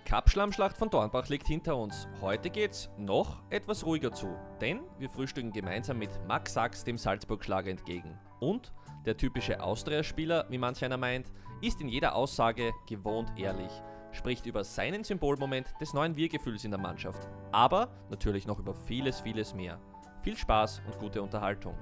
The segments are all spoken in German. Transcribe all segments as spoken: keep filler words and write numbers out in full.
Cup-Schlammschlacht von Dornbach liegt hinter uns. Heute geht's noch etwas ruhiger zu, denn wir frühstücken gemeinsam mit Max Sachs dem Salzburg-Schlager entgegen. Und der typische Austria-Spieler, wie manch einer meint, ist in jeder Aussage gewohnt ehrlich, spricht über seinen Symbolmoment des neuen Wir-Gefühls in der Mannschaft, aber natürlich noch über vieles, vieles mehr. Viel Spaß und gute Unterhaltung.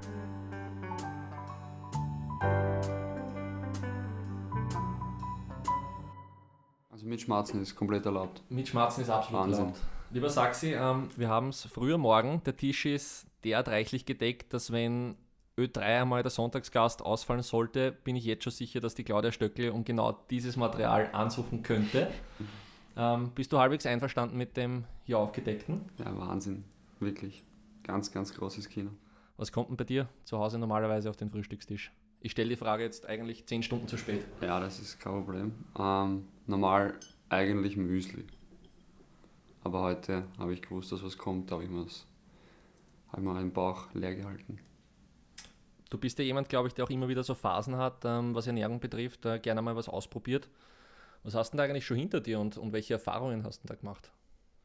Also mit Schmatzen ist komplett erlaubt. Mit Schmatzen ist absolut Wahnsinn. erlaubt. Lieber Saxi, ähm, wir haben es früher morgen. Der Tisch ist derart reichlich gedeckt, dass wenn Ö drei einmal der Sonntagsgast ausfallen sollte, bin ich jetzt schon sicher, dass die Claudia Stöckl um genau dieses Material ansuchen könnte. Ähm, bist du halbwegs einverstanden mit dem hier aufgedeckten? Ja, Wahnsinn. Wirklich. Ganz, ganz großes Kino. Was kommt denn bei dir zu Hause normalerweise auf den Frühstückstisch? Ich stelle die Frage jetzt eigentlich zehn Stunden zu spät. Ja, das ist kein Problem. Ähm, normal eigentlich Müsli. Aber heute habe ich gewusst, dass was kommt, da habe ich mir das, habe ich mir den Bauch leer gehalten. Du bist ja jemand, glaube ich, der auch immer wieder so Phasen hat, ähm, was Ernährung betrifft, äh, gerne mal was ausprobiert. Was hast du denn da eigentlich schon hinter dir und, und welche Erfahrungen hast du denn da gemacht?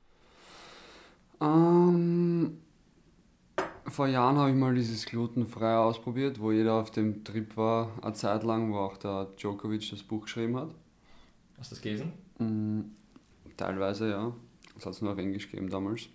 Ähm, vor Jahren habe ich mal dieses Glutenfrei ausprobiert, wo jeder auf dem Trip war, eine Zeit lang, wo auch der Djokovic das Buch geschrieben hat. Hast du das gelesen? Mm, teilweise, ja. Das hat es nur auf Englisch gegeben damals.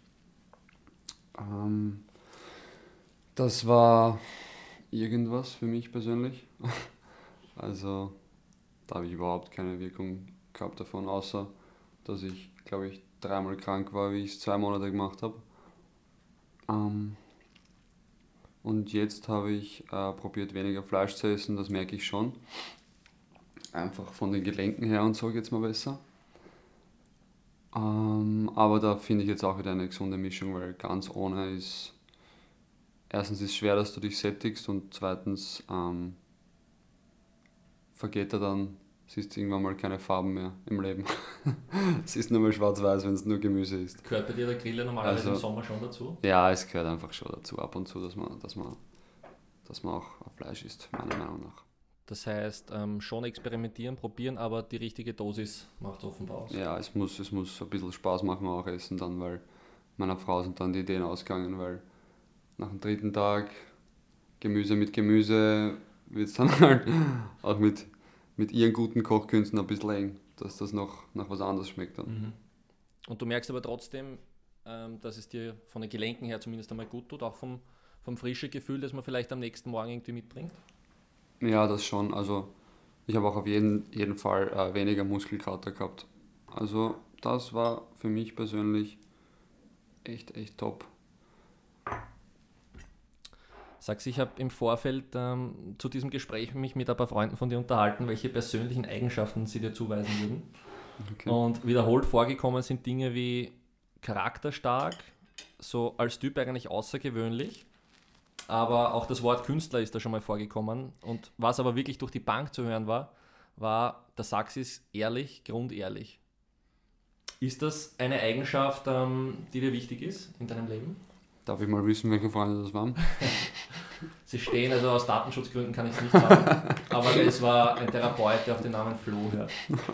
Ähm, das war irgendwas für mich persönlich. Also da habe ich überhaupt keine Wirkung gehabt davon, außer dass ich, glaube ich, dreimal krank war, wie ich es zwei Monate gemacht habe. Ähm, und jetzt habe ich äh, probiert, weniger Fleisch zu essen, das merke ich schon. Einfach von den Gelenken her und so geht es mir besser. Ähm, aber da finde ich jetzt auch wieder eine gesunde Mischung, weil ganz ohne ist, erstens ist es schwer, dass du dich sättigst und zweitens ähm, vergeht er dann, siehst du irgendwann mal keine Farben mehr im Leben. Es ist nur mal schwarz-weiß, wenn es nur Gemüse ist. Gehört bei dir der Griller normalerweise Also- im Sommer schon dazu? Ja, es gehört einfach schon dazu, ab und zu, dass man, dass man, dass man auch Fleisch isst, meiner Meinung nach. Das heißt, ähm, schon experimentieren, probieren, aber die richtige Dosis macht offenbar aus. Ja, es muss, es muss ein bisschen Spaß machen auch essen dann, weil meiner Frau sind dann die Ideen ausgegangen, weil nach dem dritten Tag Gemüse mit Gemüse wird es dann halt auch mit, mit ihren guten Kochkünsten ein bisschen eng, dass das noch nach was anderes schmeckt dann. Mhm. Und du merkst aber trotzdem, ähm, dass es dir von den Gelenken her zumindest einmal gut tut, auch vom, vom frischen Gefühl, das man vielleicht am nächsten Morgen irgendwie mitbringt? Ja, das schon. Also ich habe auch auf jeden, jeden Fall äh, weniger Muskelkater gehabt. Also das war für mich persönlich echt, echt top. Sagst, ich habe im Vorfeld ähm, zu diesem Gespräch mich mit ein paar Freunden von dir unterhalten, welche persönlichen Eigenschaften sie dir zuweisen würden. Okay. Und wiederholt vorgekommen sind Dinge wie charakterstark, so als Typ eigentlich außergewöhnlich, aber auch das Wort Künstler ist da schon mal vorgekommen. Und was aber wirklich durch die Bank zu hören war, war, der Sachs ist ehrlich, grundehrlich. Ist das eine Eigenschaft, ähm, die dir wichtig ist in deinem Leben? Darf ich mal wissen, welche Freunde das waren? Sie stehen, also aus Datenschutzgründen kann ich es nicht sagen, aber es war ein Therapeut, der auf den Namen Flo hört.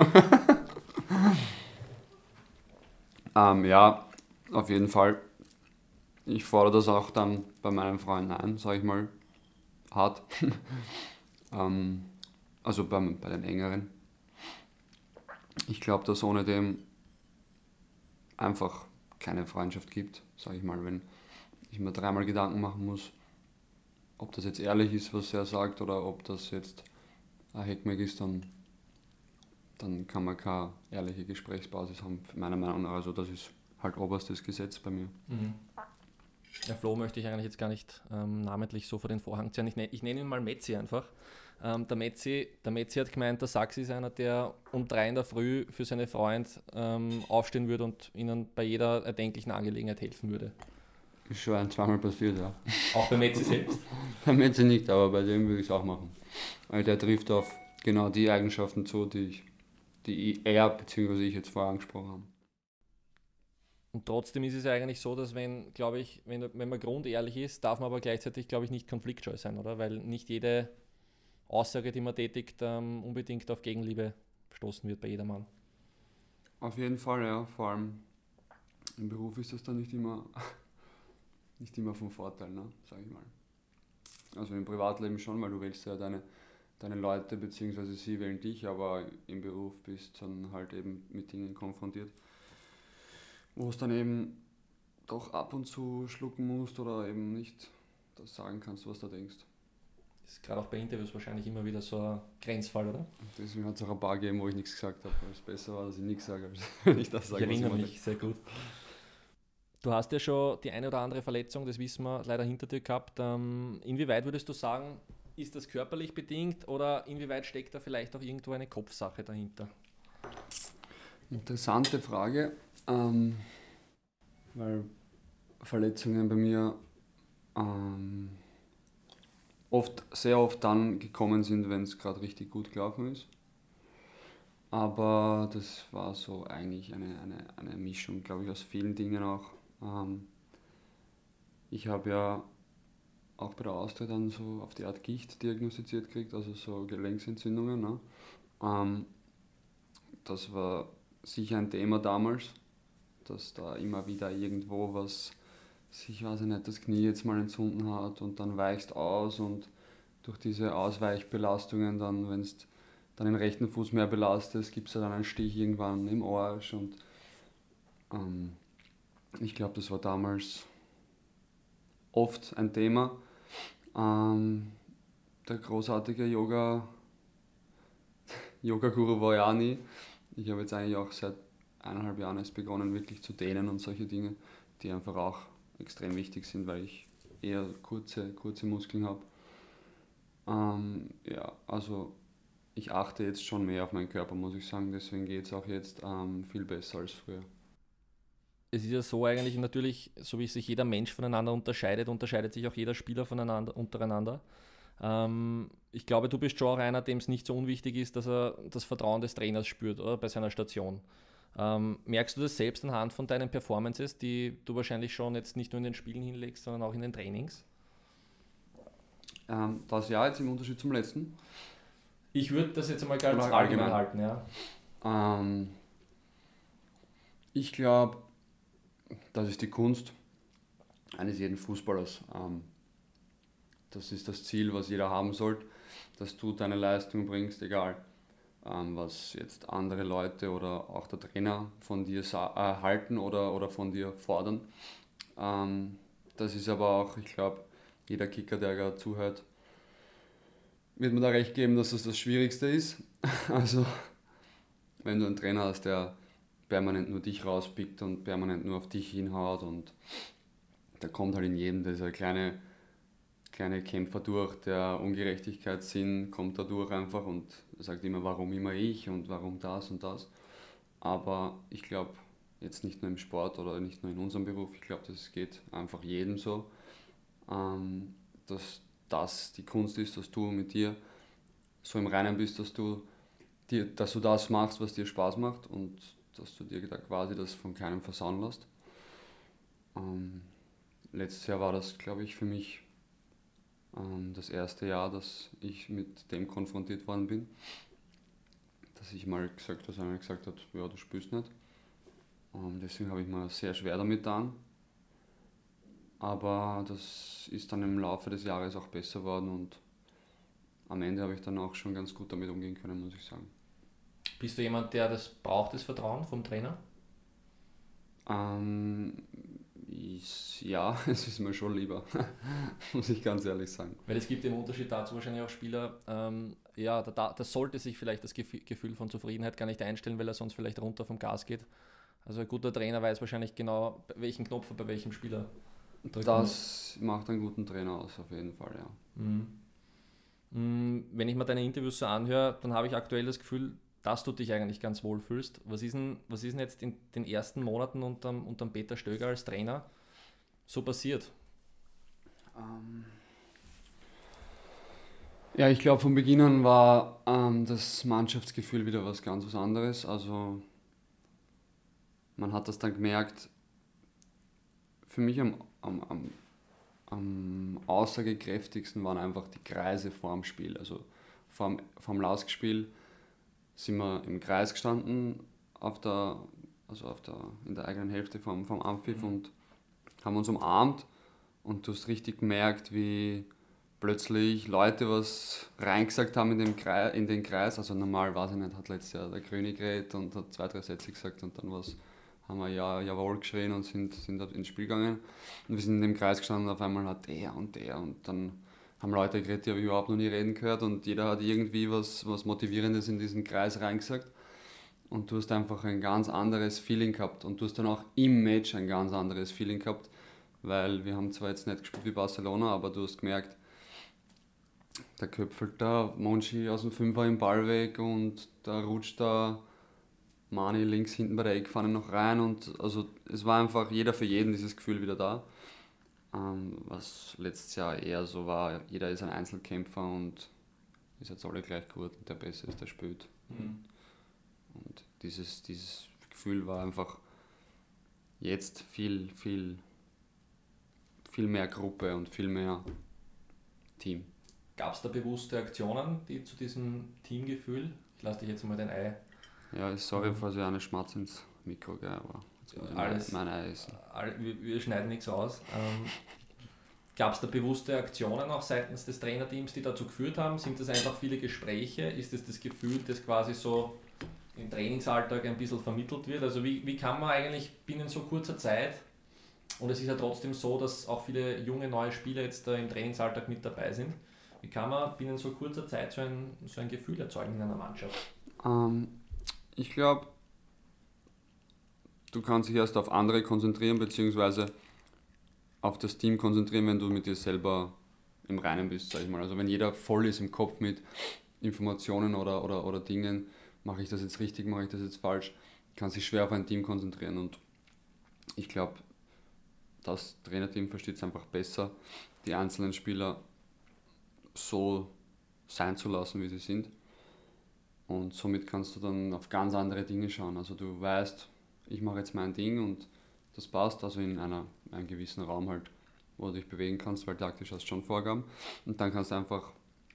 Ähm, ja, auf jeden Fall. Ich fordere das auch dann bei meinen Freunden ein, sage ich mal, hart. ähm, also beim, bei den engeren. Ich glaube, dass ohne dem einfach keine Freundschaft gibt, sage ich mal, wenn ich mir dreimal Gedanken machen muss, ob das jetzt ehrlich ist, was er sagt, oder ob das jetzt ein Heckmeck ist, dann, dann kann man keine ehrliche Gesprächsbasis haben, meiner Meinung nach. Also das ist halt oberstes Gesetz bei mir. Mhm. Ja, Flo möchte ich eigentlich jetzt gar nicht ähm, namentlich so vor den Vorhang ziehen. Ich, ne, ich nenne ihn mal Metzi einfach. Ähm, der, Metzi, der Metzi hat gemeint, der Sachs ist einer, der um drei in der Früh für seine Freund ähm, aufstehen würde und ihnen bei jeder erdenklichen Angelegenheit helfen würde. Ist schon ein, zweimal passiert, ja. Auch bei Metzi selbst? Bei Metze nicht, aber bei dem würde ich es auch machen. Weil der trifft auf genau die Eigenschaften zu, die, ich, die er bzw. ich jetzt vorher angesprochen habe. Und trotzdem ist es ja eigentlich so, dass wenn, glaube ich, wenn, wenn man grundehrlich ist, darf man aber gleichzeitig, glaube ich, nicht konfliktscheu sein, oder? Weil nicht jede Aussage, die man tätigt, ähm, unbedingt auf Gegenliebe stoßen wird bei jedermann. Auf jeden Fall, ja. Vor allem im Beruf ist das dann nicht immer, nicht immer von Vorteil, ne? Sag ich mal. Also im Privatleben schon, weil du wählst ja deine, deine Leute, beziehungsweise sie wählen dich, aber im Beruf bist dann halt eben mit Dingen konfrontiert, wo es dann eben doch ab und zu schlucken musst oder eben nicht das sagen kannst, was du denkst. Das ist gerade auch bei Interviews wahrscheinlich immer wieder so ein Grenzfall, oder? Und deswegen hat es auch ein paar gegeben, wo ich nichts gesagt habe, weil es besser war, dass ich nichts sage, als wenn ich das Ich sage, was ich erinnere immer denke. mich sehr gut. Du hast ja schon die eine oder andere Verletzung, das wissen wir, leider hinter dir gehabt. Ähm, inwieweit würdest du sagen, ist das körperlich bedingt oder inwieweit steckt da vielleicht auch irgendwo eine Kopfsache dahinter? Interessante Frage, ähm, weil Verletzungen bei mir ähm, oft, sehr oft dann gekommen sind, wenn es gerade richtig gut gelaufen ist. Aber das war so eigentlich eine, eine, eine Mischung, glaube ich, aus vielen Dingen auch. Ähm, ich habe ja auch bei der Austria dann so auf die Art Gicht diagnostiziert gekriegt, also so Gelenksentzündungen. Ne? Ähm, das war sicher ein Thema damals, dass da immer wieder irgendwo was, sich weiß ich nicht, das Knie jetzt mal entzünden hat und dann weichst aus und durch diese Ausweichbelastungen dann, wenn es dann den rechten Fuß mehr belastest, gibt es ja dann einen Stich irgendwann im Arsch und ähm, ich glaube, das war damals oft ein Thema. Ähm, der großartige Yoga, Yoga-Guru Vajani. Ich habe jetzt eigentlich auch seit eineinhalb Jahren erst begonnen, wirklich zu dehnen und solche Dinge, die einfach auch extrem wichtig sind, weil ich eher kurze, kurze Muskeln habe. Ähm, ja, also ich achte jetzt schon mehr auf meinen Körper, muss ich sagen. Deswegen geht es auch jetzt ähm, viel besser als früher. Es ist ja so eigentlich natürlich, so wie sich jeder Mensch voneinander unterscheidet, unterscheidet sich auch jeder Spieler voneinander untereinander. Ähm, ich glaube, du bist schon auch einer, dem es nicht so unwichtig ist, dass er das Vertrauen des Trainers spürt, oder? Bei seiner Station. Ähm, merkst du das selbst anhand von deinen Performances, die du wahrscheinlich schon jetzt nicht nur in den Spielen hinlegst, sondern auch in den Trainings? Ähm, das Jahr jetzt im Unterschied zum letzten Ich würde das jetzt einmal ganz oder allgemein allgemein? halten, ja. Ähm, ich glaube, das ist die Kunst eines jeden Fußballers. Ähm, das ist das Ziel, was jeder haben sollte, dass du deine Leistung bringst, egal ähm, was jetzt andere Leute oder auch der Trainer von dir sa- äh, halten oder, oder von dir fordern. Ähm, das ist aber auch, ich glaube, jeder Kicker, der gerade zuhört, wird mir da recht geben, dass das das Schwierigste ist. Also, wenn du einen Trainer hast, der permanent nur dich rauspickt und permanent nur auf dich hinhaut und da kommt halt in jedem dieser kleine, kleine Kämpfer durch, der Ungerechtigkeitssinn kommt da durch einfach und sagt immer, warum immer ich und warum das und das. Aber ich glaube, jetzt nicht nur im Sport oder nicht nur in unserem Beruf, ich glaube, das geht einfach jedem so, ähm, dass das die Kunst ist, dass du mit dir so im Reinen bist, dass du, dir, dass du das machst, was dir Spaß macht und dass du dir da quasi das von keinem versauen lässt. Ähm, letztes Jahr war das, glaube ich, für mich ähm, das erste Jahr, dass ich mit dem konfrontiert worden bin, dass ich mal gesagt, dass einer gesagt hat, ja, du spielst nicht. Ähm, deswegen habe ich mir sehr schwer damit getan. Aber das ist dann im Laufe des Jahres auch besser geworden und am Ende habe ich dann auch schon ganz gut damit umgehen können, muss ich sagen. Bist du jemand, der das braucht, das Vertrauen vom Trainer? Ähm, ich, ja, es ist mir schon lieber, muss ich ganz ehrlich sagen. Weil es gibt im Unterschied dazu wahrscheinlich auch Spieler, ähm, ja, da, da, da sollte sich vielleicht das Gefühl, Gefühl von Zufriedenheit gar nicht einstellen, weil er sonst vielleicht runter vom Gas geht. Also ein guter Trainer weiß wahrscheinlich genau, welchen Knopf er bei welchem Spieler drücken muss. Das macht einen guten Trainer aus, auf jeden Fall, ja. Mhm. Mm, Wenn ich mir deine Interviews so anhöre, dann habe ich aktuell das Gefühl, dass du dich eigentlich ganz wohl fühlst. Was ist denn, was ist denn jetzt in den ersten Monaten unterm, unterm Peter Stöger als Trainer so passiert? Ähm, ja, ich glaube, von Beginn an war ähm, das Mannschaftsgefühl wieder was ganz was anderes. Also man hat das dann gemerkt, für mich am, am, am, am aussagekräftigsten waren einfach die Kreise vorm Spiel. Also vorm, vorm Lausk-Spiel sind wir im Kreis gestanden, auf der, also auf der, in der eigenen Hälfte vom, vom Ampfiff mhm. und haben uns umarmt und du hast richtig gemerkt, wie plötzlich Leute was reingesagt haben in den, Kreis, in den Kreis. Also normal, weiß ich nicht, hat letztes Jahr der König geredet und hat zwei, drei Sätze gesagt und dann was, haben wir ja, jawohl geschrien und sind, sind ins Spiel gegangen. Und wir sind in dem Kreis gestanden und auf einmal hat der und der und dann haben Leute geredet, die habe ich überhaupt noch nie reden gehört und jeder hat irgendwie was, was Motivierendes in diesen Kreis reingesagt. Und du hast einfach ein ganz anderes Feeling gehabt und du hast dann auch im Match ein ganz anderes Feeling gehabt, weil wir haben zwar jetzt nicht gespielt wie Barcelona, aber du hast gemerkt, da köpfelt der Monchi aus dem Fünfer im Ball weg und da rutscht der Mani links hinten bei der Eckfahne noch rein und also es war einfach jeder für jeden dieses Gefühl wieder da. Ähm, was letztes Jahr eher so war, jeder ist ein Einzelkämpfer und ist jetzt alle gleich gut und der Beste ist, der spielt. Mhm. Und dieses, dieses Gefühl war einfach jetzt viel, viel, viel mehr Gruppe und viel mehr Team. Gab es da bewusste Aktionen, die zu diesem Teamgefühl, ich lasse dich jetzt mal dein Ei. Ja, sorry, falls ich eine Schmatz ins Mikro gehe, aber alles, mein Ei essen. All, wir, wir schneiden nichts aus. Ähm, Gab es da bewusste Aktionen auch seitens des Trainerteams, die dazu geführt haben? Sind das einfach viele Gespräche? Ist das das Gefühl, das quasi so im Trainingsalltag ein bisschen vermittelt wird? Also wie, wie kann man eigentlich binnen so kurzer Zeit, und es ist ja trotzdem so, dass auch viele junge neue Spieler jetzt da im Trainingsalltag mit dabei sind, wie kann man binnen so kurzer Zeit so ein, so ein Gefühl erzeugen in einer Mannschaft? Ähm, ich glaube, du kannst dich erst auf andere konzentrieren, beziehungsweise auf das Team konzentrieren, wenn du mit dir selber im Reinen bist, sag ich mal. Also wenn jeder voll ist im Kopf mit Informationen oder, oder, oder Dingen, mache ich das jetzt richtig, mache ich das jetzt falsch, kann sich schwer auf ein Team konzentrieren und ich glaube, das Trainerteam versteht es einfach besser, die einzelnen Spieler so sein zu lassen, wie sie sind. Und somit kannst du dann auf ganz andere Dinge schauen. Also du weißt, ich mache jetzt mein Ding und das passt, also in einer, einem gewissen Raum halt, wo du dich bewegen kannst, weil taktisch hast du schon Vorgaben. Und dann kannst du einfach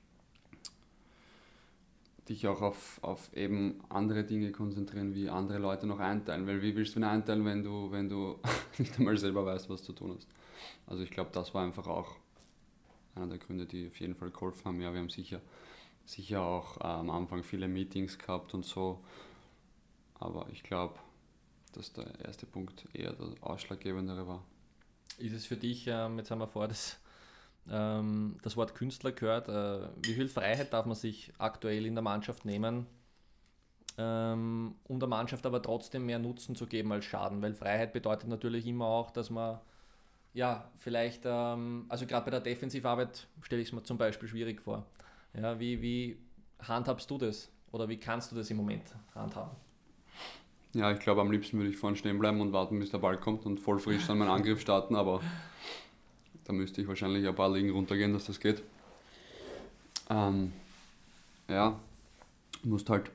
dich auch auf, auf eben andere Dinge konzentrieren, wie andere Leute noch einteilen. Weil wie willst du ihn einteilen, wenn du, wenn du nicht einmal selber weißt, was zu tun hast. Also ich glaube, das war einfach auch einer der Gründe, die auf jeden Fall geholfen haben. Ja, wir haben sicher, sicher auch äh, am Anfang viele Meetings gehabt und so. Aber ich glaube, dass der erste Punkt eher der ausschlaggebendere war. Ist es für dich, ähm, jetzt haben wir vor, das, ähm, das Wort Künstler gehört, äh, wie viel Freiheit darf man sich aktuell in der Mannschaft nehmen, ähm, um der Mannschaft aber trotzdem mehr Nutzen zu geben als Schaden? Weil Freiheit bedeutet natürlich immer auch, dass man ja, vielleicht, ähm, also gerade bei der Defensivarbeit stelle ich es mir zum Beispiel schwierig vor. Ja, wie, wie handhabst du das? Oder wie kannst du das im Moment handhaben? Ja, ich glaube, am liebsten würde ich vorne stehen bleiben und warten, bis der Ball kommt und voll frisch dann meinen Angriff starten, aber da müsste ich wahrscheinlich ein paar Ligen runtergehen, dass das geht. Ähm, ja, du musst halt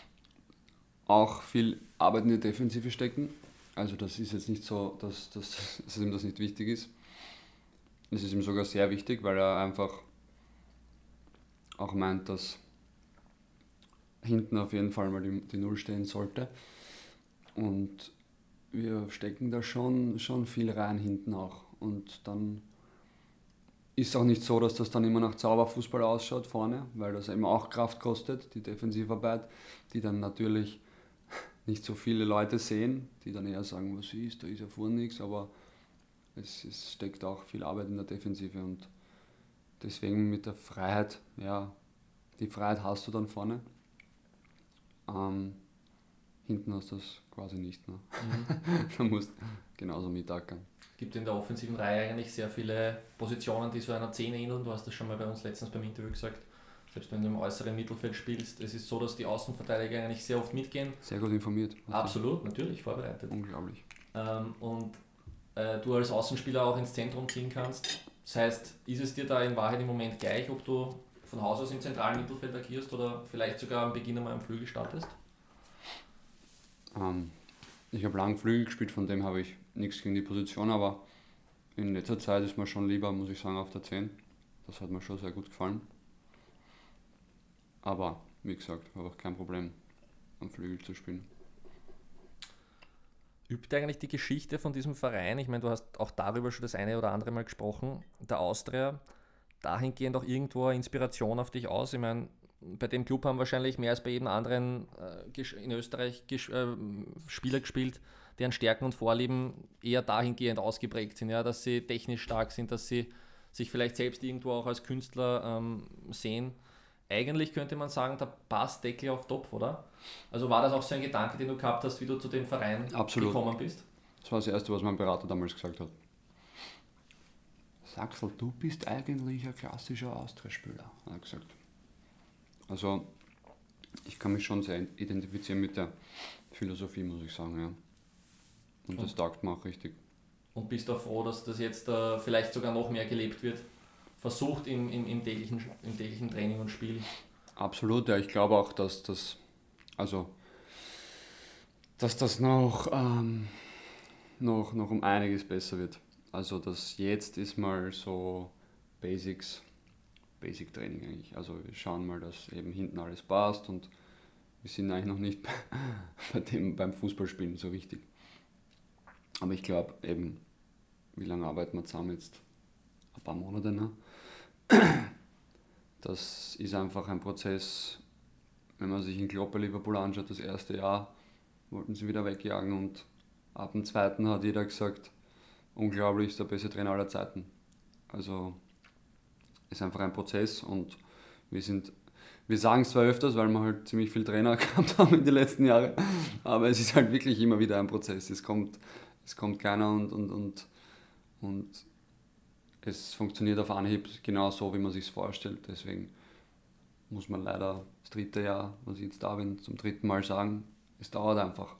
auch viel Arbeit in die Defensive stecken. Also das ist jetzt nicht so, dass, dass, dass ihm das nicht wichtig ist. Es ist ihm sogar sehr wichtig, weil er einfach auch meint, dass hinten auf jeden Fall mal die, die Null stehen sollte. Und wir stecken da schon, schon viel rein hinten auch. Und dann ist es auch nicht so, dass das dann immer nach Zauberfußball ausschaut vorne, weil das eben auch Kraft kostet, die Defensivarbeit, die dann natürlich nicht so viele Leute sehen, die dann eher sagen, was ist, da ist ja vorne nichts, aber es, es steckt auch viel Arbeit in der Defensive und deswegen mit der Freiheit, ja, die Freiheit hast du dann vorne. Ähm, hinten hast du das quasi nicht. Ne? Mhm. Da musst du genauso mitackern. Es gibt in der offensiven Reihe eigentlich sehr viele Positionen, die so einer zehn ähneln. Du hast das schon mal bei uns letztens beim Interview gesagt. Selbst wenn du im äußeren Mittelfeld spielst, es ist so, dass die Außenverteidiger eigentlich sehr oft mitgehen. Sehr gut informiert. Absolut, natürlich, vorbereitet. Unglaublich. Ähm, und äh, du als Außenspieler auch ins Zentrum ziehen kannst. Das heißt, ist es dir da in Wahrheit im Moment gleich, ob du von Haus aus im zentralen Mittelfeld agierst oder vielleicht sogar am Beginn einmal am Flügel startest? Ähm, ich habe lange Flügel gespielt, von dem habe ich nichts gegen die Position, aber in letzter Zeit ist mir schon lieber, muss ich sagen, auf der zehn. Das hat mir schon sehr gut gefallen. Aber, wie gesagt, habe auch kein Problem, am Flügel zu spielen. Übt eigentlich die Geschichte von diesem Verein, ich meine, du hast auch darüber schon das eine oder andere Mal gesprochen, der Austria, dahingehend auch irgendwo eine Inspiration auf dich aus? Ich meine, bei dem Club haben wahrscheinlich mehr als bei jedem anderen äh, in Österreich ges- äh, Spieler gespielt, deren Stärken und Vorlieben eher dahingehend ausgeprägt sind, ja, dass sie technisch stark sind, dass sie sich vielleicht selbst irgendwo auch als Künstler ähm, sehen. Eigentlich könnte man sagen, da passt Deckel auf Topf, oder? Also war das auch so ein Gedanke, den du gehabt hast, wie du zu dem Verein Absolut. gekommen bist? Das war das Erste, was mein Berater damals gesagt hat. Saxl, du bist eigentlich ein klassischer Austria-Spieler, hat er gesagt. Also, ich kann mich schon sehr identifizieren mit der Philosophie, muss ich sagen, ja. Und das taugt mir auch richtig. Und bist auch froh, dass das jetzt äh, vielleicht sogar noch mehr gelebt wird? Versucht im, im, im, täglichen, im täglichen Training und Spiel? Absolut, ja. Ich glaube auch, dass das, also, dass das noch, ähm, noch, noch um einiges besser wird. Also, das jetzt ist mal so Basics, Basic Training eigentlich. Also, wir schauen mal, dass eben hinten alles passt und wir sind eigentlich noch nicht bei dem, beim Fußballspielen so richtig. Aber ich glaube eben, wie lange arbeiten wir zusammen jetzt? Ein paar Monate, ne? Das ist einfach ein Prozess, wenn man sich in Klopp bei Liverpool anschaut, das erste Jahr wollten sie wieder wegjagen und ab dem zweiten hat jeder gesagt, unglaublich, ist der beste Trainer aller Zeiten. Also ist einfach ein Prozess und wir sind, wir sagen es zwar öfters, weil wir halt ziemlich viel Trainer gehabt haben in den letzten Jahren, aber es ist halt wirklich immer wieder ein Prozess. Es kommt, es kommt keiner und, und, und, und es funktioniert auf Anhieb genau so, wie man sich es vorstellt. Deswegen muss man leider das dritte Jahr, was ich jetzt da bin, zum dritten Mal sagen, es dauert einfach.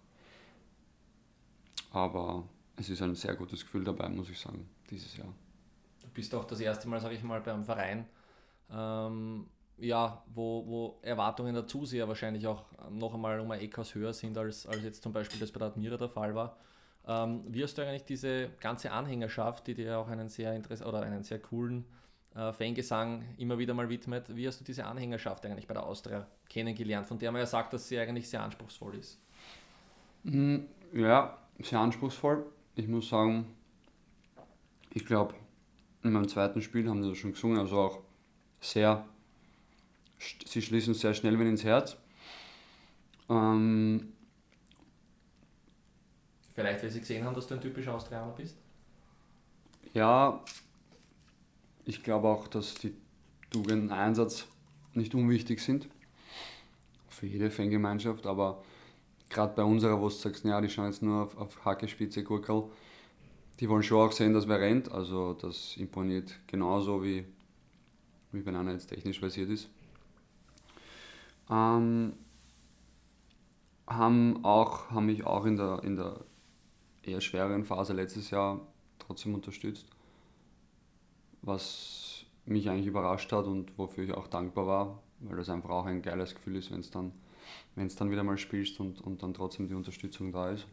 Aber es ist ein sehr gutes Gefühl dabei, muss ich sagen, dieses Jahr. Du bist auch das erste Mal, sage ich mal, beim Verein, ähm, ja, wo, wo Erwartungen der Zuseher wahrscheinlich auch noch einmal um ein Eckhaus höher sind, als, als jetzt zum Beispiel das bei der Admira der Fall war. Ähm, wie hast du eigentlich diese ganze Anhängerschaft, die dir auch einen sehr interess- oder einen sehr coolen äh, Fangesang immer wieder mal widmet, wie hast du diese Anhängerschaft eigentlich bei der Austria kennengelernt, von der man ja sagt, dass sie eigentlich sehr anspruchsvoll ist? Ja, sehr anspruchsvoll. Ich muss sagen, ich glaube, in meinem zweiten Spiel haben sie das schon gesungen, also auch sehr, sie schließen sehr schnell wen ins Herz. Ähm, Vielleicht, weil sie gesehen haben, dass du ein typischer Austrianer bist? ja, ich glaube auch, dass die Tugenden Einsatz nicht unwichtig sind für jede Fangemeinschaft, aber gerade bei unserer, wo du sagst, ja, die schauen jetzt nur auf, auf Hacke, Spitze, Gurkel, die wollen schon auch sehen, dass wer rennt, also das imponiert genauso wie, wie wenn einer jetzt technisch versiert ist. Ähm, haben, auch, haben mich auch in der, in der eher schwereren Phase letztes Jahr trotzdem unterstützt, was mich eigentlich überrascht hat und wofür ich auch dankbar war, weil das einfach auch ein geiles Gefühl ist, wenn es dann, wenn's dann wieder mal spielst und, und dann trotzdem die Unterstützung da ist.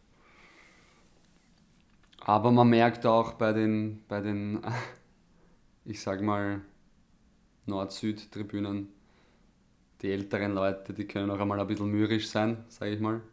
Aber man merkt auch bei den, bei den ich sag mal, Nord-Süd-Tribünen, die älteren Leute, die können auch einmal ein bisschen mürrisch sein, sage ich mal.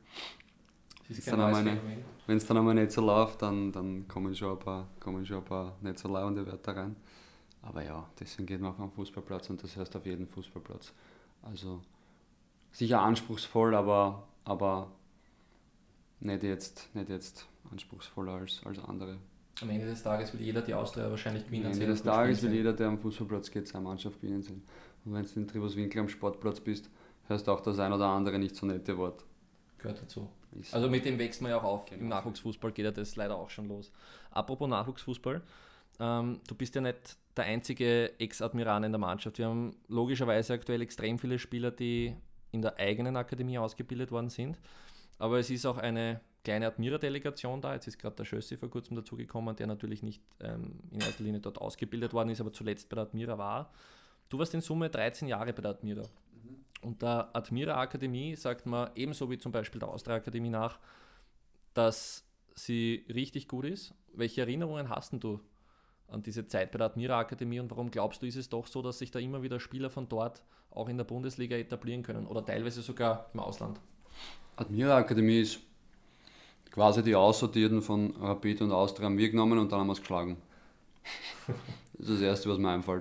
Wenn es dann einmal nicht so läuft, dann, dann kommen, schon ein paar, kommen schon ein paar nicht so laufende Wörter rein. Aber ja, deswegen geht man auf einen Fußballplatz und das heißt auf jeden Fußballplatz. Also sicher anspruchsvoll, aber, aber nicht, jetzt, nicht jetzt anspruchsvoller als, als andere. Am Ende des Tages will jeder die Austria wahrscheinlich gewinnen. Am Ende des Tages will jeder, der am Fußballplatz geht, seine Mannschaft gewinnen sehen. Und wenn du in Tribuswinkel am Sportplatz bist, hörst du auch das ein oder andere nicht so nette Wort. Gehört dazu. Ist also mit dem wächst man ja auch auf. Genau. Im Nachwuchsfußball geht ja das leider auch schon los. Apropos Nachwuchsfußball, ähm, du bist ja nicht der einzige Ex-Admiral in der Mannschaft. Wir haben logischerweise aktuell extrem viele Spieler, die in der eigenen Akademie ausgebildet worden sind. Aber es ist auch eine kleine Admira-Delegation da. Jetzt ist gerade der Schössi vor kurzem dazugekommen, der natürlich nicht ähm, in erster Linie dort ausgebildet worden ist, aber zuletzt bei der Admira war. Du warst in Summe dreizehn Jahre bei der Admira. Mhm. Und der Admira Akademie sagt man ebenso wie zum Beispiel der Austria Akademie nach, dass sie richtig gut ist. Welche Erinnerungen hast du an diese Zeit bei der Admira Akademie und warum glaubst du, ist es doch so, dass sich da immer wieder Spieler von dort auch in der Bundesliga etablieren können oder teilweise sogar im Ausland? Admira Akademie ist quasi die Aussortierten von Rapid und Austria haben wir genommen und dann haben wir es geschlagen. Das ist das Erste, was mir einfällt.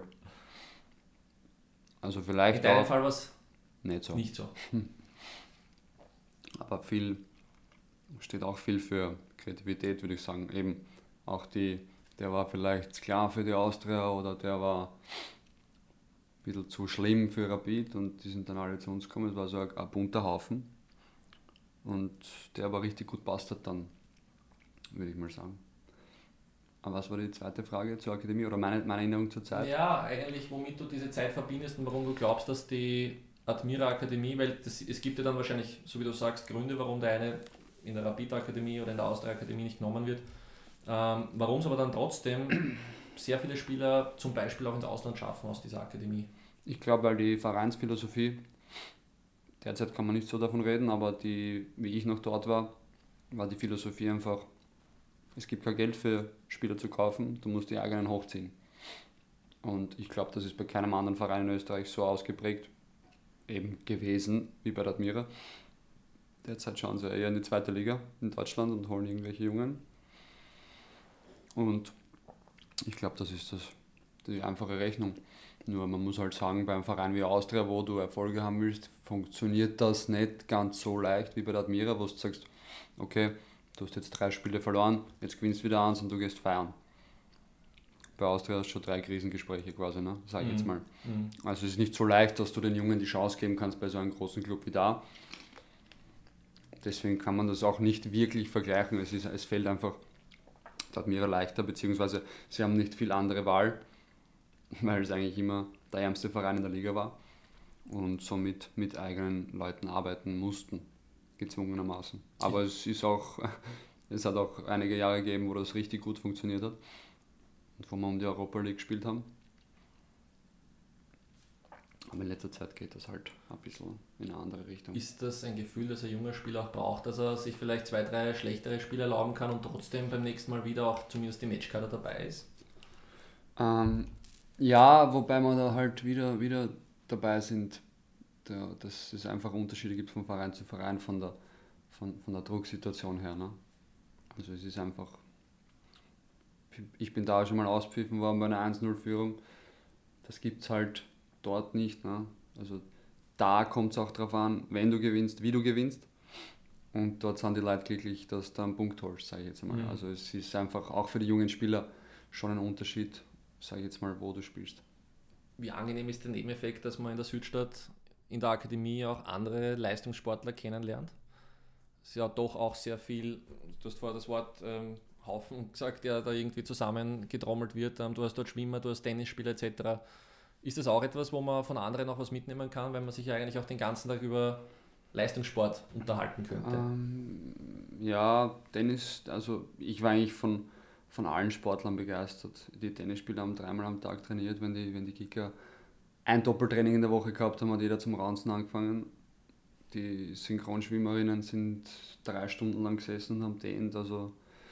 Also vielleicht In deinem auch Fall war es nicht so. nicht so. Aber viel steht auch viel für Kreativität, würde ich sagen. Eben auch die, der war vielleicht Sklave für die Austria oder der war ein bisschen zu schlimm für Rapid und die sind dann alle zu uns gekommen. Es war so ein, ein bunter Haufen und der aber richtig gut passt hat dann, würde ich mal sagen. Aber was war die zweite Frage zur Akademie oder meine, meine Erinnerung zur Zeit? Ja, eigentlich, womit du diese Zeit verbindest und warum du glaubst, dass die Admira Akademie, weil das, es gibt ja dann wahrscheinlich, so wie du sagst, Gründe, warum der eine in der Rapid Akademie oder in der Austria Akademie nicht genommen wird. Ähm, warum es aber dann trotzdem sehr viele Spieler zum Beispiel auch ins Ausland schaffen aus dieser Akademie. Ich glaube, weil die Vereinsphilosophie, derzeit kann man nicht so davon reden, aber die, wie ich noch dort war, war die Philosophie einfach, es gibt kein Geld für Spieler zu kaufen, du musst die eigenen hochziehen. Und ich glaube, das ist bei keinem anderen Verein in Österreich so ausgeprägt eben gewesen wie bei der Admira. Derzeit schauen sie eher in die zweite Liga in Deutschland und holen irgendwelche Jungen. Und ich glaube, das ist das, die einfache Rechnung. Nur man muss halt sagen, bei einem Verein wie Austria, wo du Erfolge haben willst, funktioniert das nicht ganz so leicht wie bei der Admira, wo du sagst, okay, du hast jetzt drei Spiele verloren, jetzt gewinnst du wieder eins und du gehst feiern. Bei Austria hast du schon drei Krisengespräche quasi, ne? Sag ich jetzt mal. Mhm. Also es ist nicht so leicht, dass du den Jungen die Chance geben kannst bei so einem großen Club wie da. Deswegen kann man das auch nicht wirklich vergleichen. Es, ist, es fällt einfach der Admira leichter, beziehungsweise sie haben nicht viel andere Wahl, weil es eigentlich immer der ärmste Verein in der Liga war und somit mit eigenen Leuten arbeiten mussten, gezwungenermaßen. Aber es ist auch, es hat auch einige Jahre gegeben, wo das richtig gut funktioniert hat und wo wir um die Europa League gespielt haben. Aber in letzter Zeit geht das halt ein bisschen in eine andere Richtung. Ist das ein Gefühl, das ein junger Spieler auch braucht, dass er sich vielleicht zwei, drei schlechtere Spiele erlauben kann und trotzdem beim nächsten Mal wieder auch zumindest die Matchkader dabei ist? Ähm, ja, wobei wir da halt wieder, wieder dabei sind, da, dass es einfach Unterschiede gibt von Verein zu Verein, von der, von, von der Drucksituation her. Ne? Also es ist einfach, ich bin da schon mal auspfiffen worden bei einer eins null Führung, das gibt es halt dort nicht. Ne? Also da kommt es auch darauf an, wenn du gewinnst, wie du gewinnst. Und dort sind die Leute glücklich, dass du einen Punkt holst, sage ich jetzt mal. Mhm. Also es ist einfach auch für die jungen Spieler schon ein Unterschied, sage ich jetzt mal, wo du spielst. Wie angenehm ist der Nebeneffekt, dass man in der Südstadt in der Akademie auch andere Leistungssportler kennenlernt? Es ist ja doch auch sehr viel, du hast vorher das Wort ähm, Haufen gesagt, der da irgendwie zusammengetrommelt wird. Ähm, du hast dort Schwimmer, du hast Tennisspieler et cetera. Ist das auch etwas, wo man von anderen auch was mitnehmen kann, weil man sich ja eigentlich auch den ganzen Tag über Leistungssport unterhalten könnte? Ähm, ja, Tennis, also ich war eigentlich von, von allen Sportlern begeistert. Die Tennisspieler haben dreimal am Tag trainiert, wenn die, wenn die Kicker ein Doppeltraining in der Woche gehabt haben, hat jeder zum Raunzen angefangen. Die Synchronschwimmerinnen sind drei Stunden lang gesessen und haben dehnt, also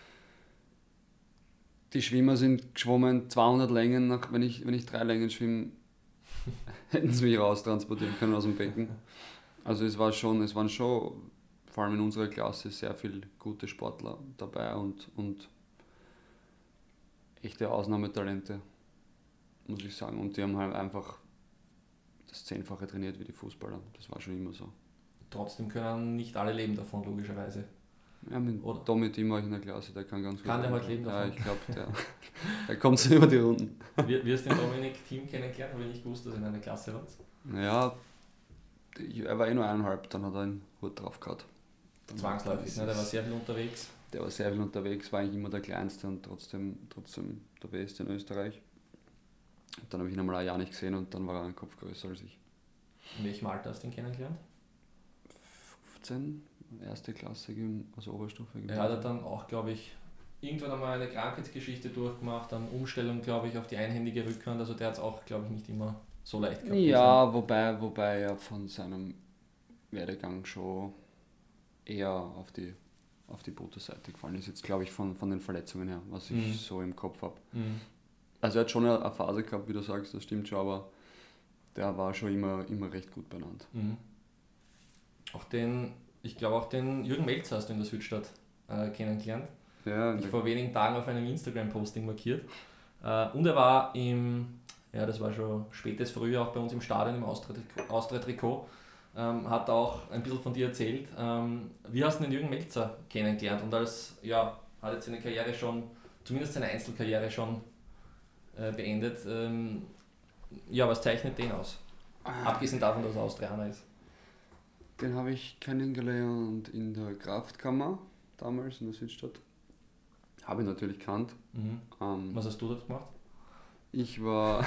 die Schwimmer sind geschwommen zweihundert Längen, nach, wenn, ich, wenn ich drei Längen schwimme, hätten sie mich raustransportieren können aus dem Becken. Also es war schon, es waren schon, vor allem in unserer Klasse, sehr viele gute Sportler dabei und, und echte Ausnahmetalente, muss ich sagen. Und die haben halt einfach das Zehnfache trainiert wie die Fußballer. Das war schon immer so. Trotzdem können nicht alle leben davon, logischerweise. Ja, mit Oder? Tommy Team war ich in der Klasse, der kann ganz gut. Kann der heute leben Ja, davon? ich glaube, der, der kommt so über die Runden. Wie, wie hast du den Dominik Team kennengelernt? Habe ich nicht gewusst, dass er in einer Klasse war. Ja, er war eh nur eineinhalb, dann hat er einen Hut drauf gehabt. Dann Zwangsläufig, ne? Der war sehr viel unterwegs. Der war sehr viel unterwegs, war eigentlich immer der Kleinste und trotzdem, trotzdem der Beste in Österreich. Dann habe ich ihn einmal ein Jahr nicht gesehen und dann war er einen Kopf größer als ich. In welchem Alter hast du ihn kennengelernt? fünfzehn, erste Klasse, also Oberstufe. Er hat dann auch, glaube ich, irgendwann einmal eine Krankheitsgeschichte durchgemacht, dann Umstellung, glaube ich, auf die einhändige Rückhand. Also der hat es auch, glaube ich, nicht immer so leicht gehabt. Ja, wobei, wobei er von seinem Werdegang schon eher auf die, auf die Booterseite gefallen ist. Jetzt glaube ich von, von den Verletzungen her, was ich Mhm. so im Kopf habe. Mhm. Also er hat schon eine, eine Phase gehabt, wie du sagst, das stimmt schon, aber der war schon immer, immer recht gut benannt. Mhm. Auch den, ich glaube auch den Jürgen Melzer hast du in der Südstadt äh, kennengelernt. Ja, Ich vor wenigen Tagen auf einem Instagram-Posting markiert. Äh, und er war im, ja das war schon spätes Frühjahr auch bei uns im Stadion im Austria-Trikot, Austria-Trikot ähm, hat auch ein bisschen von dir erzählt. Ähm, wie hast du den Jürgen Melzer kennengelernt? Und als, ja, hat jetzt seine Karriere schon, zumindest seine Einzelkarriere schon äh, beendet. Ähm, ja, was zeichnet den aus? Abgesehen davon, dass er Austrianer ist. Den habe ich kennengelernt in der Kraftkammer, damals in der Südstadt. Habe ich natürlich kannt. Mhm. Ähm, Was hast du dort gemacht? Ich war.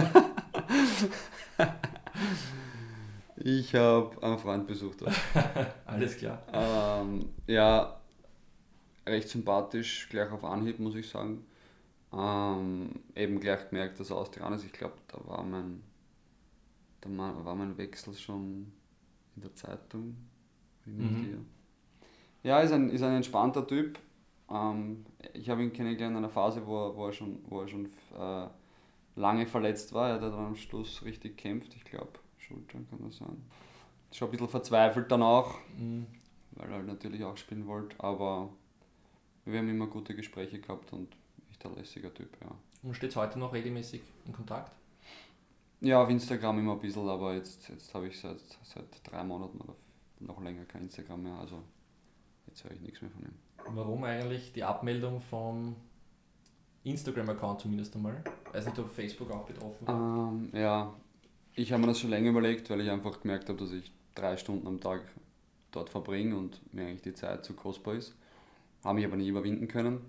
Ich habe einen Freund besucht. Alles klar. Ähm, ja, recht sympathisch, gleich auf Anhieb, muss ich sagen. Ähm, eben gleich gemerkt, dass er Austrianer ist. Ich glaube, da war mein, da war mein Wechsel schon in der Zeitung. Mhm. Ja, ist ein, ist ein entspannter Typ. Ähm, ich habe ihn kennengelernt in einer Phase, wo er, wo er schon, wo er schon äh, lange verletzt war. Er hat dann am Schluss richtig gekämpft, ich glaube, Schultern kann das sein. Schon ein bisschen verzweifelt dann auch, Mhm. weil er halt natürlich auch spielen wollte, aber wir haben immer gute Gespräche gehabt und echt ein lässiger Typ, ja. Und steht heute noch regelmäßig in Kontakt? Ja, auf Instagram immer ein bisschen, aber jetzt, jetzt habe ich seit, seit drei Monaten oder noch länger kein Instagram mehr, also jetzt höre ich nichts mehr von ihm. Warum eigentlich die Abmeldung vom Instagram-Account zumindest einmal? Weiß nicht, ob Facebook auch betroffen war. Ähm, ja, ich habe mir das schon länger überlegt, weil ich einfach gemerkt habe, dass ich drei Stunden am Tag dort verbringe und mir eigentlich die Zeit zu kostbar ist. Habe mich aber nie überwinden können.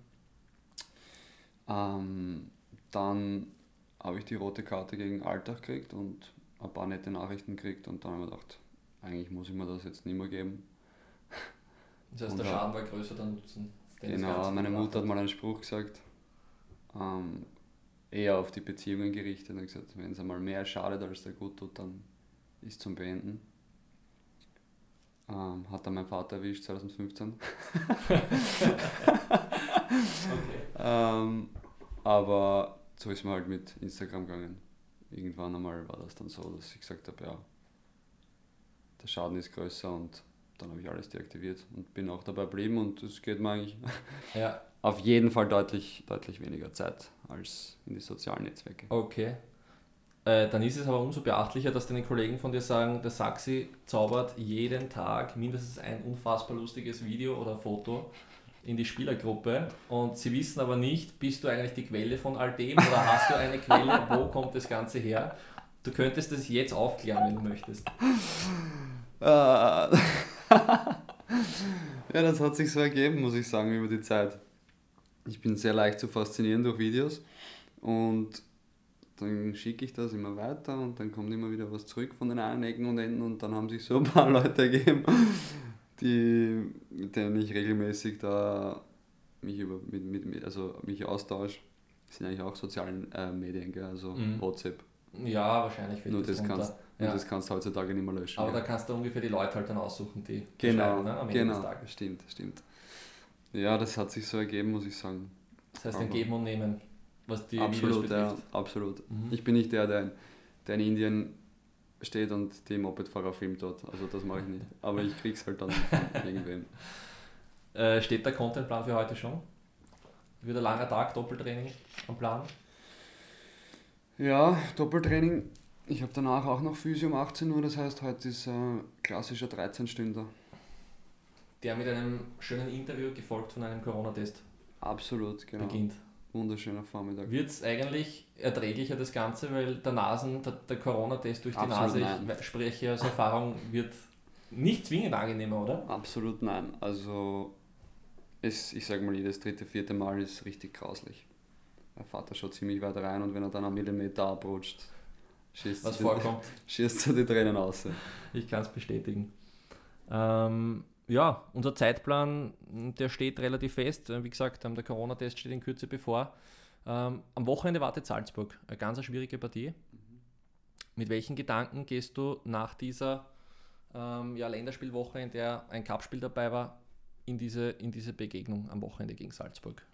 Ähm, dann habe ich die rote Karte gegen Alltag gekriegt und ein paar nette Nachrichten gekriegt und dann habe ich mir gedacht, eigentlich muss ich mir das jetzt nicht mehr geben. Das heißt, Und der hab- Schaden war größer dann Nutzen. Den das Genau, Ganze meine gebracht Mutter hat hat. mal einen Spruch gesagt, ähm, eher auf die Beziehungen gerichtet und gesagt, wenn es einmal mehr schadet als der gut tut, dann ist zum Beenden. Ähm, hat dann mein Vater erwischt zwanzig fünfzehn. Okay. ähm, aber so ist mir halt mit Instagram gegangen. Irgendwann einmal war das dann so, dass ich gesagt habe, ja, der Schaden ist größer und dann habe ich alles deaktiviert und bin auch dabei geblieben und es geht mir eigentlich Ja, auf jeden Fall deutlich, deutlich weniger Zeit als in die sozialen Netzwerke. okay. Äh, dann ist es aber umso beachtlicher, dass deine Kollegen von dir sagen, der Saxi zaubert jeden Tag mindestens ein unfassbar lustiges Video oder Foto in die Spielergruppe und sie wissen aber nicht, bist du eigentlich die Quelle von all dem oder hast du eine Quelle, wo kommt das Ganze her? Du könntest das jetzt aufklären, wenn du möchtest. Äh, ja, das hat sich so ergeben, muss ich sagen, über die Zeit. Ich bin sehr leicht zu faszinieren durch Videos und dann schicke ich das immer weiter und dann kommt immer wieder was zurück von den einen Ecken und Enden und dann haben sich so ein paar Leute ergeben, die, mit denen ich regelmäßig da mich über mit, mit, also mich austausche. Das sind eigentlich auch soziale äh, Medien, gell? Also Mhm. WhatsApp. Ja, wahrscheinlich fällt Nur das das, kannst, runter. nur Ja. das kannst du heutzutage nicht mehr löschen. Aber gell? da kannst du ungefähr die Leute halt dann aussuchen, die Genau, schreiben, ne, am Ende des genau, Tages. stimmt, stimmt. Ja, das hat sich so ergeben, muss ich sagen. Das heißt ein Aber Geben und Nehmen, was die absolut, Videos ja, betrifft. absolut. Mhm. Ich bin nicht der, der in, der in Indien steht und die Mopedfahrer filmt dort. Also das mache ich nicht. Aber ich krieg's halt dann von irgendwem. Äh, steht der Contentplan für heute schon? Wird ein langer Tag, Doppeltraining am Plan? Ja, Doppeltraining. Ich habe danach auch noch Physio um achtzehn Uhr, das heißt, heute ist äh, klassischer dreizehn Stünder. Der mit einem schönen Interview, gefolgt von einem Corona-Test, Absolut, genau. beginnt. Wunderschöner Vormittag. Wird es eigentlich erträglicher, das Ganze, weil der Nasen, der, der Corona-Test durch die Absolut Nase, nein. ich spreche aus Erfahrung, wird nicht zwingend angenehmer, oder? Absolut nein. Also, es, ich sage mal, jedes dritte, vierte Mal ist richtig grauslich. Mein Vater schaut ziemlich weit rein und wenn er dann einen Millimeter abrutscht, schießt Was die, vorkommt. schießt er die Tränen aus. Ich kann es bestätigen. Ähm, ja, unser Zeitplan, der steht relativ fest. Wie gesagt, der Corona-Test steht in Kürze bevor. Ähm, am Wochenende wartet Salzburg. Eine ganz schwierige Partie. Mit welchen Gedanken gehst du nach dieser ähm, ja, Länderspielwoche, in der ein Cup-Spiel dabei war, in diese, in diese Begegnung am Wochenende gegen Salzburg?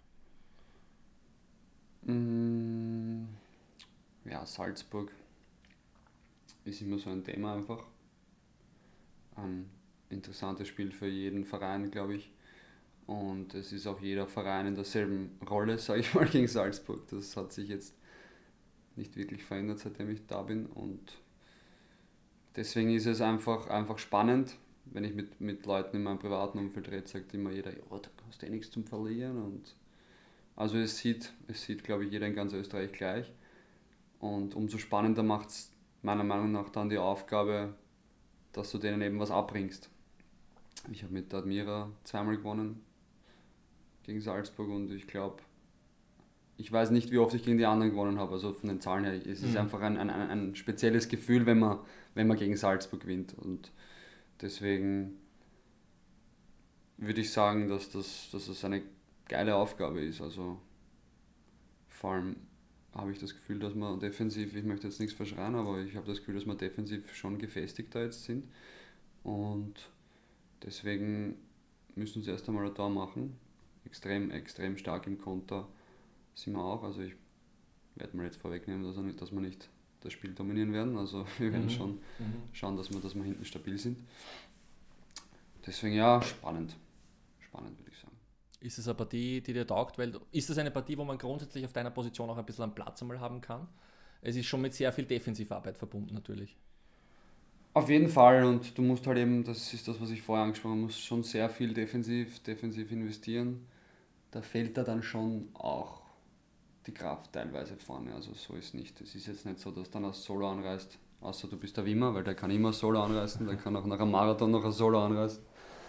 Mm, Ja, Salzburg ist immer so ein Thema einfach. Ein interessantes Spiel für jeden Verein, glaube ich. Und es ist auch jeder Verein in derselben Rolle, sage ich mal, gegen Salzburg. Das hat sich jetzt nicht wirklich verändert, seitdem ich da bin. Und deswegen ist es einfach, einfach spannend, wenn ich mit, mit Leuten in meinem privaten Umfeld rede, sagt immer jeder, ja, da hast du eh nichts zum Verlieren. Und also es sieht, es sieht, glaube ich, jeder in ganz Österreich gleich. Und umso spannender macht es meiner Meinung nach dann die Aufgabe, dass du denen eben was abbringst. Ich habe mit der Admira zweimal gewonnen gegen Salzburg und ich glaube, ich weiß nicht, wie oft ich gegen die anderen gewonnen habe, also von den Zahlen her, es ist mhm. einfach ein, ein, ein spezielles Gefühl, wenn man, wenn man gegen Salzburg gewinnt. Und deswegen würde ich sagen, dass das, dass das eine geile Aufgabe ist. Also vor allem habe ich das Gefühl, dass wir defensiv, ich möchte jetzt nichts verschreien, aber ich habe das Gefühl, dass wir defensiv schon gefestigter jetzt sind. Und deswegen müssen sie erst einmal ein Tor machen. Extrem, extrem stark im Konter sind wir auch. Also ich werde mal jetzt vorwegnehmen, dass wir nicht, dass wir nicht das Spiel dominieren werden. Also wir werden mhm. schon mhm. schauen, dass wir, dass wir hinten stabil sind. Deswegen ja, spannend. Spannend würde ich sagen. Ist es eine Partie, die dir taugt? Weil ist es eine Partie, wo man grundsätzlich auf deiner Position auch ein bisschen einen Platz einmal haben kann? Es ist schon mit sehr viel Defensivarbeit verbunden natürlich. Auf jeden Fall, und du musst halt eben, das ist das, was ich vorher angesprochen habe, musst schon sehr viel defensiv, defensiv investieren. Da fehlt da dann schon auch die Kraft teilweise vorne, also so ist nicht. Es ist jetzt nicht so, dass dann ein Solo anreißt, außer du bist der Wimmer, weil der kann immer Solo anreißen, der kann auch nach einem Marathon noch ein Solo anreißen.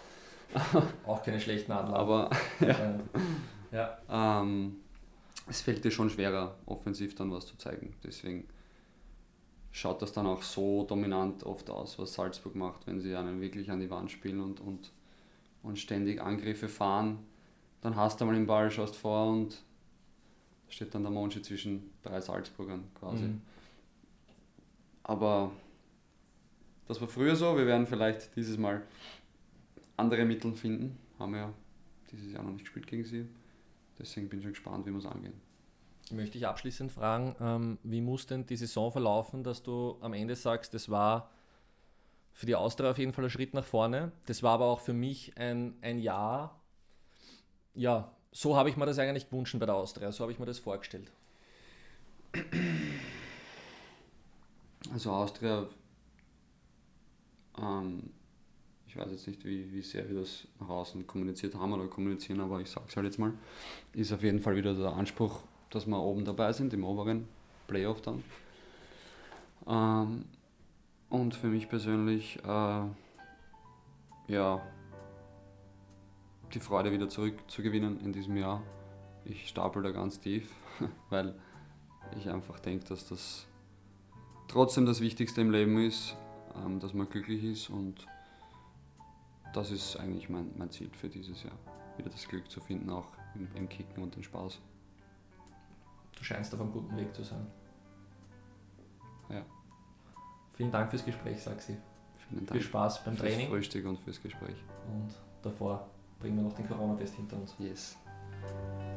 Auch keine schlechten Adler. Aber ja, ja. Ähm, es fällt dir schon schwerer, offensiv dann was zu zeigen. Deswegen schaut das dann auch so dominant oft aus, was Salzburg macht, wenn sie einen wirklich an die Wand spielen und, und, und ständig Angriffe fahren. Dann hast du mal den Ball, schaust vor und steht dann der Monchi zwischen drei Salzburgern quasi. Mhm. Aber das war früher so, wir werden vielleicht dieses Mal andere Mittel finden. Haben wir ja dieses Jahr noch nicht gespielt gegen sie. Deswegen bin ich schon gespannt, wie wir es angehen. Möchte ich abschließend fragen, ähm, wie muss denn die Saison verlaufen, dass du am Ende sagst, das war für die Austria auf jeden Fall ein Schritt nach vorne. Das war aber auch für mich ein, ein Jahr, ja, so habe ich mir das eigentlich gewünscht bei der Austria, so habe ich mir das vorgestellt. Also Austria, ähm, ich weiß jetzt nicht, wie, wie sehr wir das nach außen kommuniziert haben oder kommunizieren, aber ich sage es halt jetzt mal, ist auf jeden Fall wieder der Anspruch, dass wir oben dabei sind, im oberen Playoff dann. Ähm, und für mich persönlich, äh, ja, die Freude wieder zurückzugewinnen in diesem Jahr. Ich stapel da ganz tief, weil ich einfach denke, dass das trotzdem das Wichtigste im Leben ist, ähm, dass man glücklich ist, und das ist eigentlich mein, mein Ziel für dieses Jahr. Wieder das Glück zu finden, auch im, im Kicken und den Spaß. Du scheinst auf einem guten Weg zu sein. Ja. Vielen Dank fürs Gespräch, Saxi. Vielen Dank. Viel Spaß beim Training. Fürs Frühstück und fürs Gespräch. Und davor bringen wir noch den Corona-Test hinter uns. Yes.